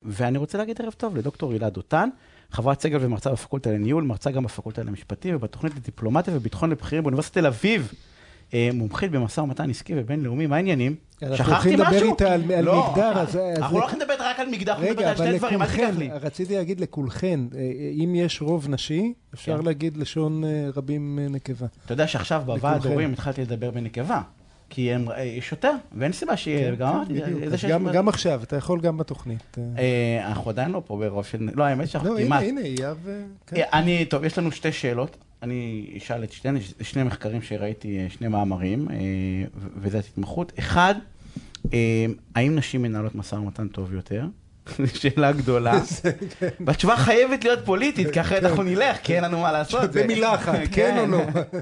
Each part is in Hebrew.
ואני רוצה להגיד ערב טוב לדוקטור הילה דותן, חברת סגל ומרצה בפקולטה לניהול, מרצה גם בפקולטה למשפטים ובתוכנית לדיפלומטיה וביטחון לבכירים באוניברסיטת תל אביב. מומחית במשא ומתן עסקי ובינלאומי, מה העניינים? שכחתי משהו? אנחנו הולכים לדבר איתה על מגדר. אנחנו לא הולכים לדבר רק על מגדר, אנחנו נדבר על שני דברים, אל תיקח לי. רציתי להגיד לכולכן, אם יש רוב נשי, אפשר להגיד לשון רבים נקבה. אתה יודע שעכשיו בוועד הורים התחלתי לדבר בנקבה, כי יש יותר, ואין סיבה שיהיה. גם עכשיו, אתה יכול גם בתוכנית. אנחנו עדיין לא פה ברוב של... לא, האמת שאנחנו כמעט. הנה, יאב... טוב, יש לנו שתי שאלות. אני אשאל את שני מחקרים שראיתי, שני מאמרים, וזאת התמחות. אחד, האם נשים מנהלות משא ומתן טוב יותר? שאלה גדולה. והתשובה חייבת להיות פוליטית, כי אחרת אנחנו נלך, כי אין לנו מה לעשות. במילה אחת, כן או לא?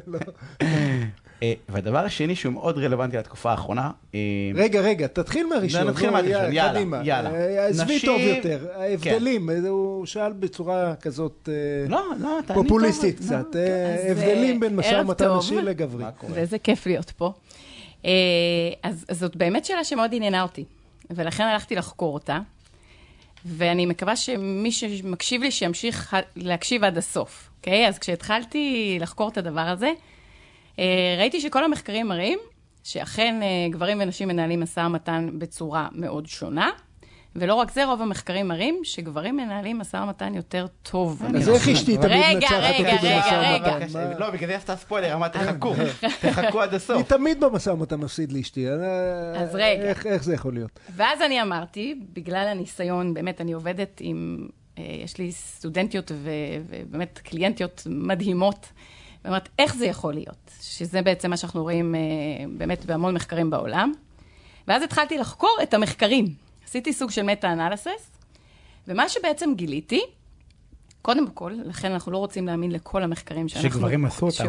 והדבר השני שהוא מאוד רלוונטי לתקופה האחרונה... רגע, תתחיל מהראשון. נתחיל מהראשון, יאללה. עזבי טוב יותר, ההבדלים, הוא שאל בצורה כזאת פופוליסטית קצת, הבדלים בין משא ומתן נשי לגברי. ואיזה כיף להיות פה. אז זאת באמת שאלה שמאוד עניינה אותי, ולכן הלכתי לחקור אותה, ואני מקווה שמי שמקשיב לי שימשיך להקשיב עד הסוף. אז כשהתחלתי לחקור את הדבר הזה, ראיתי שכל המחקרים מראים שאכן גברים ונשים מנהלים משא ומתן בצורה מאוד שונה, ולא רק זה, רוב המחקרים מראים שגברים מנהלים משא ומתן יותר טוב. אז איך אשתי תמיד נצחת אותי במשא ומתן? לא, בגלל זה עשתה ספוילר, אמרת תחכו עד הסוף. אני תמיד במשא ומתן מפסיד לאשתי. אז רגע. איך זה יכול להיות? ואז אני אמרתי, בגלל הניסיון, באמת אני עובדת עם, יש לי סטודנטיות ובאמת קליינטיות מדהימות, ואומרת, איך זה יכול להיות? שזה בעצם מה שאנחנו רואים באמת בהמון מחקרים בעולם. ואז התחלתי לחקור את המחקרים. עשיתי סוג של מטה-אנליסיס, ומה שבעצם גיליתי, קודם כל, לכן אנחנו לא רוצים להאמין לכל המחקרים שאנחנו... שגברים עשו אותם.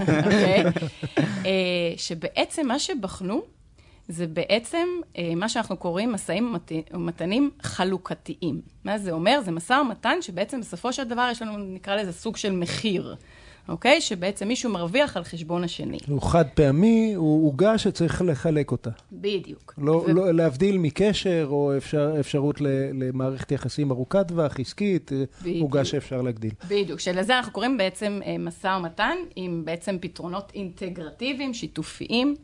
שבעצם מה שבחנו, זה בעצם מה שאנחנו קוראים משאים ומתנים חלוקתיים. מה זה אומר? זה משא ומתן שבעצם בסופו של דבר יש לנו, נקרא לזה, סוג של מחיר. אוקיי? שבעצם מישהו מרוויח על חשבון השני. הוא חד פעמי, הוא עוגה שצריך לחלק אותה. בדיוק. לא להבדיל מקשר או אפשרות למערכת יחסים ארוכת טווח, עסקית, עוגה שאפשר להגדיל. בדיוק. שלזה אנחנו קוראים בעצם משא ומתן עם בעצם פתרונות אינטגרטיביים, שיתופיים,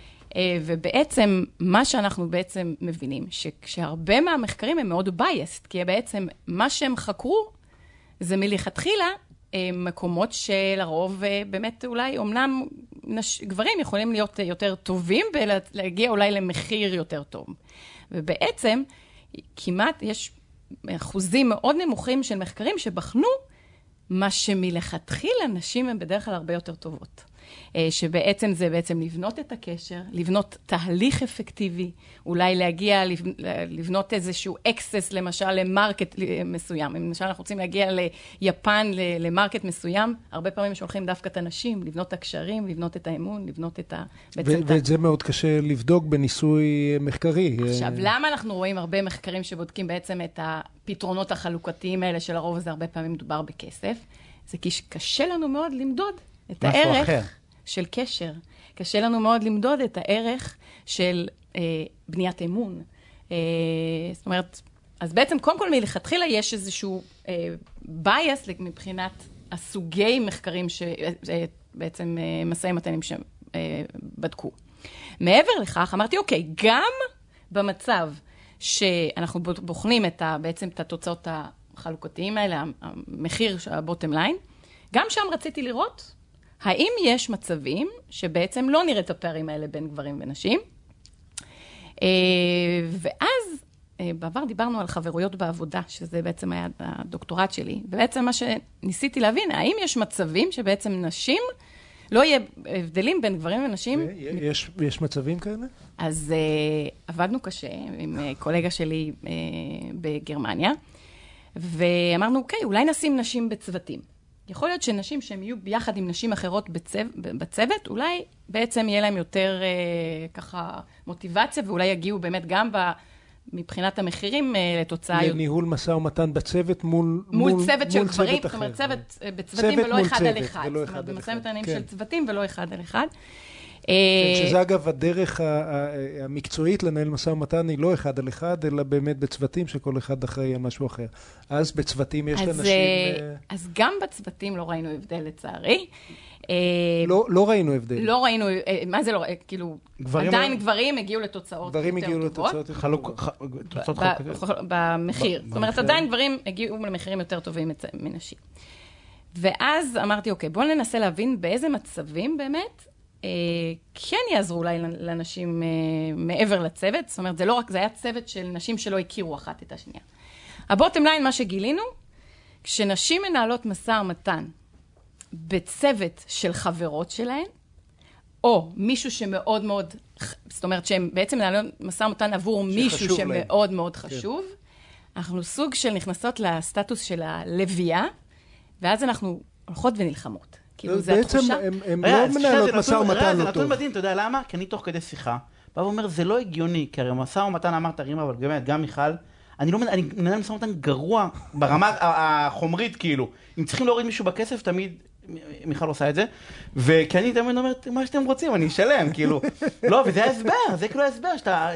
ובעצם מה שאנחנו בעצם מבינים, שכשהרבה מהמחקרים הם מאוד biased, כי בעצם מה שהם חקרו זה מלכתחילה מקומות שלרוב באמת אולי אומנם גברים יכולים להיות יותר טובים ולהגיע אולי למחיר יותר טוב. ובעצם כמעט יש אחוזים מאוד נמוכים של מחקרים שבחנו מה שמלכתחילה נשים הן בדרך כלל הרבה יותר טובות. שבעצם זה בעצם לבנות את הקשר, לבנות תהליך אפקטיבי, אולי להגיע, לבנות איזשהו אקסס, למשל, למרקט מסוים. אם למשל אנחנו רוצים להגיע ליפן, למרקט מסוים, הרבה פעמים שולחים דווקא את הנשים, לבנות את הקשרים, לבנות את האמון, לבנות את ה... ואת זה מאוד קשה לבדוק בניסוי מחקרי. עכשיו, למה אנחנו רואים הרבה מחקרים שבודקים בעצם את הפתרונות החלוקתיים האלה, שלרוב זה הרבה פעמים מדובר בכסף? זה כי קשה לנו מאוד למדוד את הערך של קשר. קשה לנו מאוד למדוד את הערך של בניית אמון. זאת אומרת, אז בעצם קודם כל מלכתחילה יש איזשהו bias מבחינת הסוגי מחקרים שבעצם משאים ומתנים שבדקו. מעבר לכך, אמרתי, אוקיי, גם במצב שאנחנו בוחנים בעצם את התוצאות החלוקתיים האלה, המחיר של הבוטם ליין, גם שם רציתי לראות האם יש מצבים שבעצם לא נראה את הפערים האלה בין גברים ונשים. ואז בעבר דיברנו על חברויות בעבודה, שזה בעצם היה הדוקטורט שלי. ובעצם מה שניסיתי להבין, האם יש מצבים שבעצם נשים, לא יהיה הבדלים בין גברים ונשים. יש מצבים כאלה? אז עבדנו קשה עם קולגה שלי בגרמניה, ואמרנו, אוקיי, אולי נשים נשים בצוותים. יכול להיות שנשים שהם יהיו ביחד עם נשים אחרות בצוות, אולי בעצם יהיה להם יותר ככה מוטיבציה, ואולי יגיעו באמת גם מבחינת המחירים לתוצאה... לניהול משא ומתן בצוות מול צוות של גברים, זאת אומרת צוות בצוותים ולא אחד על אחד. זאת אומרת, במשא ומתנים של צוותים ולא אחד על אחד. שזה אגב הדרך המקצועית לנהל משא ומתן היא לא אחד על אחד, אלא באמת בצוותים שכל אחד אחראי על משהו אחר. אז בצוותים יש אנשים... אז גם בצוותים לא ראינו הבדל לצערי. לא ראינו הבדל. לא ראינו, מה זה לא, כאילו, עדיין גברים הגיעו לתוצאות יותר טובות. במחיר. זאת אומרת, עדיין גברים הגיעו למחירים יותר טובים מנשים. ואז אמרתי, אוקיי, בואו ננסה להבין באיזה מצבים באמת כן יעזרו אולי לנשים מעבר לצוות. זאת אומרת, זה לא רק, זה היה צוות של נשים שלא הכירו אחת את השנייה. הבוטם ליין, מה שגילינו, כשנשים מנהלות משא ומתן בצוות של חברות שלהן, או מישהו שמאוד מאוד, זאת אומרת שהם בעצם מנהלים משא ומתן עבור מישהו שמאוד מאוד חשוב, אנחנו סוג של נכנסות לסטטוס של הלוויה, ואז אנחנו הולכות ונלחמות. כאילו זה התחושה. בעצם הם לא מנהלות משא ומתן לא טוב. זה נתון מדהים, אתה יודע למה? כי אני תוך כדי שיחה, בא ואומר, זה לא הגיוני, כי הרי משא ומתן אמרת רימה, אבל באמת, גם מיכל, אני מנהל משא ומתן גרוע ברמה החומרית, כאילו. אם צריכים להוריד מישהו בכסף, תמיד מיכל עושה את זה, וכי אני תמיד אומרת, מה שאתם רוצים, אני אשלם, כאילו. לא, וזה ההסבר, זה כאילו ההסבר,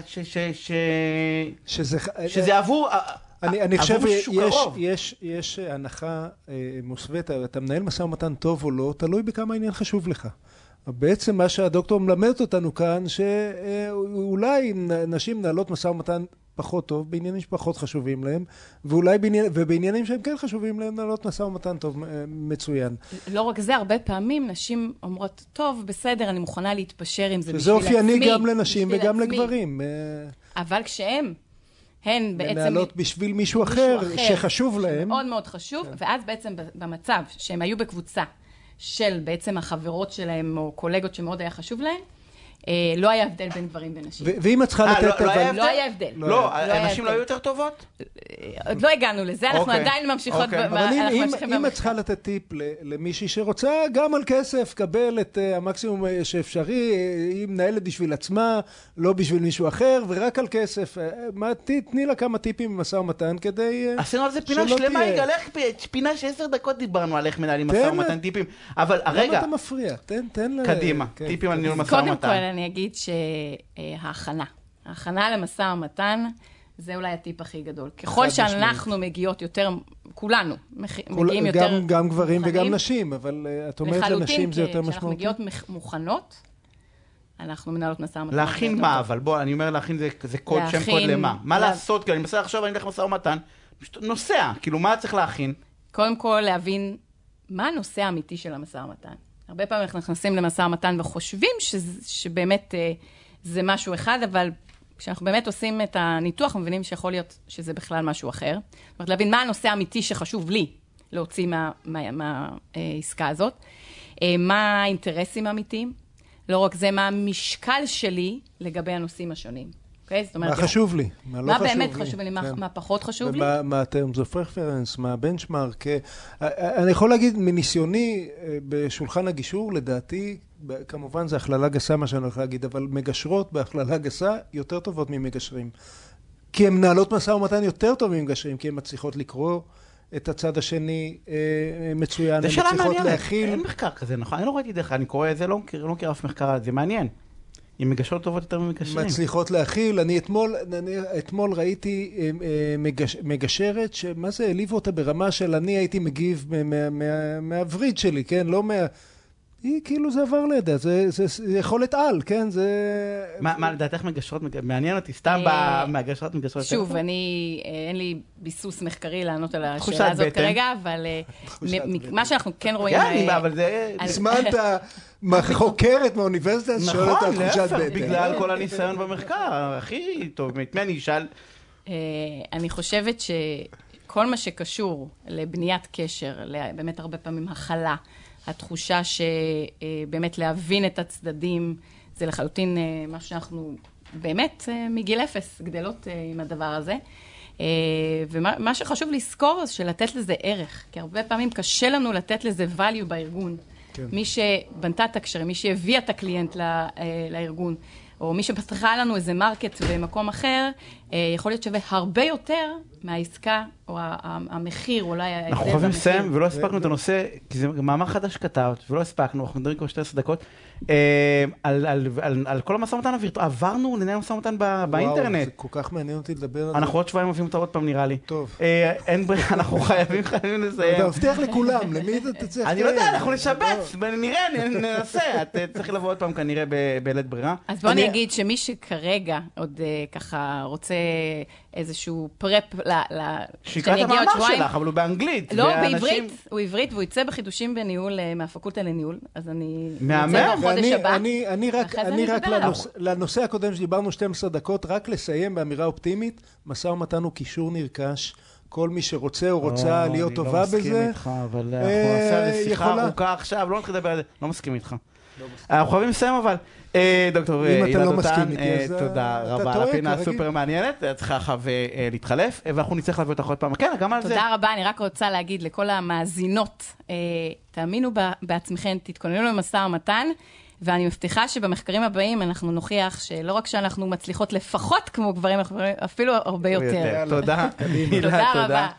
שזה עבור... אני חושב יש הנחה מוסווית, אתה מנהל משא ומתן טוב או לא, תלוי בכמה העניין חשוב לך. בעצם מה שהדוקטור מלמד אותנו כאן, שאולי נשים מנהלות משא ומתן פחות טוב, בעניינים שפחות חשובים להם, ובעניינים שהם כן חשובים להם, מנהלות משא ומתן טוב, מצוין. לא רק זה, הרבה פעמים נשים אומרות, טוב, בסדר, אני מוכנה להתפשר עם זה בשביל עצמי. שזה אופייני גם לנשים וגם לגברים. אבל כשהם הן בעצם... מנהלות בשביל מישהו אחר שחשוב להם. מאוד מאוד חשוב, ואז בעצם במצב שהם היו בקבוצה של בעצם החברות שלהם או קולגות שמאוד היה חשוב להם, לא היה הבדל בין גברים ונשים. ואם את צריכה לתת... לא היה הבדל. לא, הנשים לא היו יותר טובות? עוד לא הגענו לזה, אנחנו עדיין ממשיכות... אבל אם את צריכה לתת טיפ למישהי שרוצה גם על כסף, קבל את המקסימום שאפשרי, היא מנהלת בשביל עצמה, לא בשביל מישהו אחר, ורק על כסף. תני לה כמה טיפים במשא ומתן כדי... עשינו על זה פינה שלמה, יגאל, פינה ש10 דקות דיברנו על איך מנהלים משא ומתן טיפים. אבל הרגע... למה אתה מפריע? תן לה... קדימה, טיפים על ניהול משא ומתן. אני אגיד ההכנה למשא ומתן, זה אולי הטיפ הכי גדול. ככל שאנחנו מגיעות יותר, כולנו מגיעים יותר... גם גברים וגם נשים, אבל את אומרת לנשים זה יותר משמעותי. כשאנחנו מגיעות מוכנות, אנחנו מנהלות משא ומתן. להכין מה, אבל בוא, אני אומר להכין זה קוד, שם קוד למה. מה לעשות? אני מנסה עכשיו, אני אלך משא ומתן, נוסע, כאילו מה צריך להכין? קודם כל להבין מה הנושא האמיתי של המשא ומתן. הרבה פעמים אנחנו נכנסים למשא ומתן וחושבים שבאמת זה משהו אחד, אבל כשאנחנו באמת עושים את הניתוח, מבינים שיכול להיות שזה בכלל משהו אחר. זאת אומרת, להבין מה הנושא האמיתי שחשוב לי להוציא מהעסקה הזאת, מה האינטרסים האמיתיים, לא רק זה, מה המשקל שלי לגבי הנושאים השונים. מה חשוב לי, מה לא חשוב לי. מה באמת חשוב לי, מה פחות חשוב לי. מה terms of reference, מה benchmark. אני יכול להגיד, מניסיוני בשולחן הגישור, לדעתי, כמובן זה הכללה גסה מה שאני הולך להגיד, אבל מגשרות בהכללה גסה יותר טובות ממגשרים. כי הן מנהלות משא ומתן יותר טוב ממגשרים, כי הן מצליחות לקרוא את הצד השני מצוין, הן מצליחות להכיל. אין מחקר כזה, נכון? אני לא ראיתי דרך, אני קורא את זה, לא מכיר אף מחקר, זה מעניין. עם מגשרות טובות יותר ממגשרים. מצליחות להכיל. אני אתמול ראיתי מגשרת, שמה זה, העליבו אותה ברמה של אני הייתי מגיב מהווריד שלי, כן? לא מה... היא כאילו זה עבר לידה, זה יכולת על, כן? זה... מה, לדעתך מגשרות, מעניין אותי, סתם במגשרות מגשרות... שוב, אין לי ביסוס מחקרי לענות על השאלה הזאת כרגע, אבל מה שאנחנו כן רואים... כן, אבל זה... הזמנת חוקרת מהאוניברסיטה, שואלת על תחושת בטן. בגלל כל הניסיון במחקר, הכי טוב, מי אני אשאל? אני חושבת שכל מה שקשור לבניית קשר, באמת הרבה פעמים הכלה, התחושה שבאמת להבין את הצדדים, זה לחלוטין מה שאנחנו באמת מגיל אפס גדלות עם הדבר הזה. ומה שחשוב לזכור זה שלתת לזה ערך, כי הרבה פעמים קשה לנו לתת לזה value בארגון. כן. מי שבנתה את הקשרים, מי שהביאה את הקליינט לארגון, או מי שפתחה לנו איזה מרקט במקום אחר, יכול להיות שווה הרבה יותר מהעסקה, או המחיר, אולי... אנחנו חייבים לסיים, ולא הספקנו את הנושא, כי זה מאמר חדש כתבת, ולא הספקנו, אנחנו מדברים כבר 12 דקות, על כל המשא ומתן הווירטואלי, עברנו לנהל משא ומתן באינטרנט. וואו, זה כל כך מעניין אותי לדבר על זה. אנחנו עוד שבועיים מביאים אותה עוד פעם, נראה לי. טוב. אין ברירה, אנחנו חייבים לסיים. אתה מבטיח לכולם, למי אתה צריך? אני לא יודע, אנחנו נשבץ, נראה, ננסה, אתה צריך לבוא עוד פעם כנראה בלית ברירה. אז בוא אני אגיד שמי שכרגע עוד ככה רוצה איזשהו פרפ שיקרא את המאמר שלך, אבל הוא באנגלית. לא, בעברית, הוא עברית, והוא יצא בחידושים בניהול מהפקולטה לניהול, אז אני... מהמם. אני רק לנושא הקודם שדיברנו 12 דקות, רק לסיים באמירה אופטימית, משא ומתן הוא קישור נרכש, כל מי שרוצה או רוצה להיות טובה בזה, אני לא מסכים איתך, אבל אנחנו נעשה על זה שיחה ארוכה עכשיו, לא נתחיל לדבר על זה, לא מסכים איתך. אנחנו חייבים לסיים אבל. דוקטור אילן דותן, תודה רבה על הפינה הסופר מעניינת, צריכה אחריו להתחלף, ואנחנו נצטרך להביא אותך עוד פעם. כן, גם על זה. תודה רבה, אני רק רוצה להגיד לכל המאזינות, תאמינו בעצמכם, תתכוננו למשא ומתן, ואני מבטיחה שבמחקרים הבאים אנחנו נוכיח שלא רק שאנחנו מצליחות לפחות כמו גברים, אפילו הרבה יותר. תודה. תודה רבה.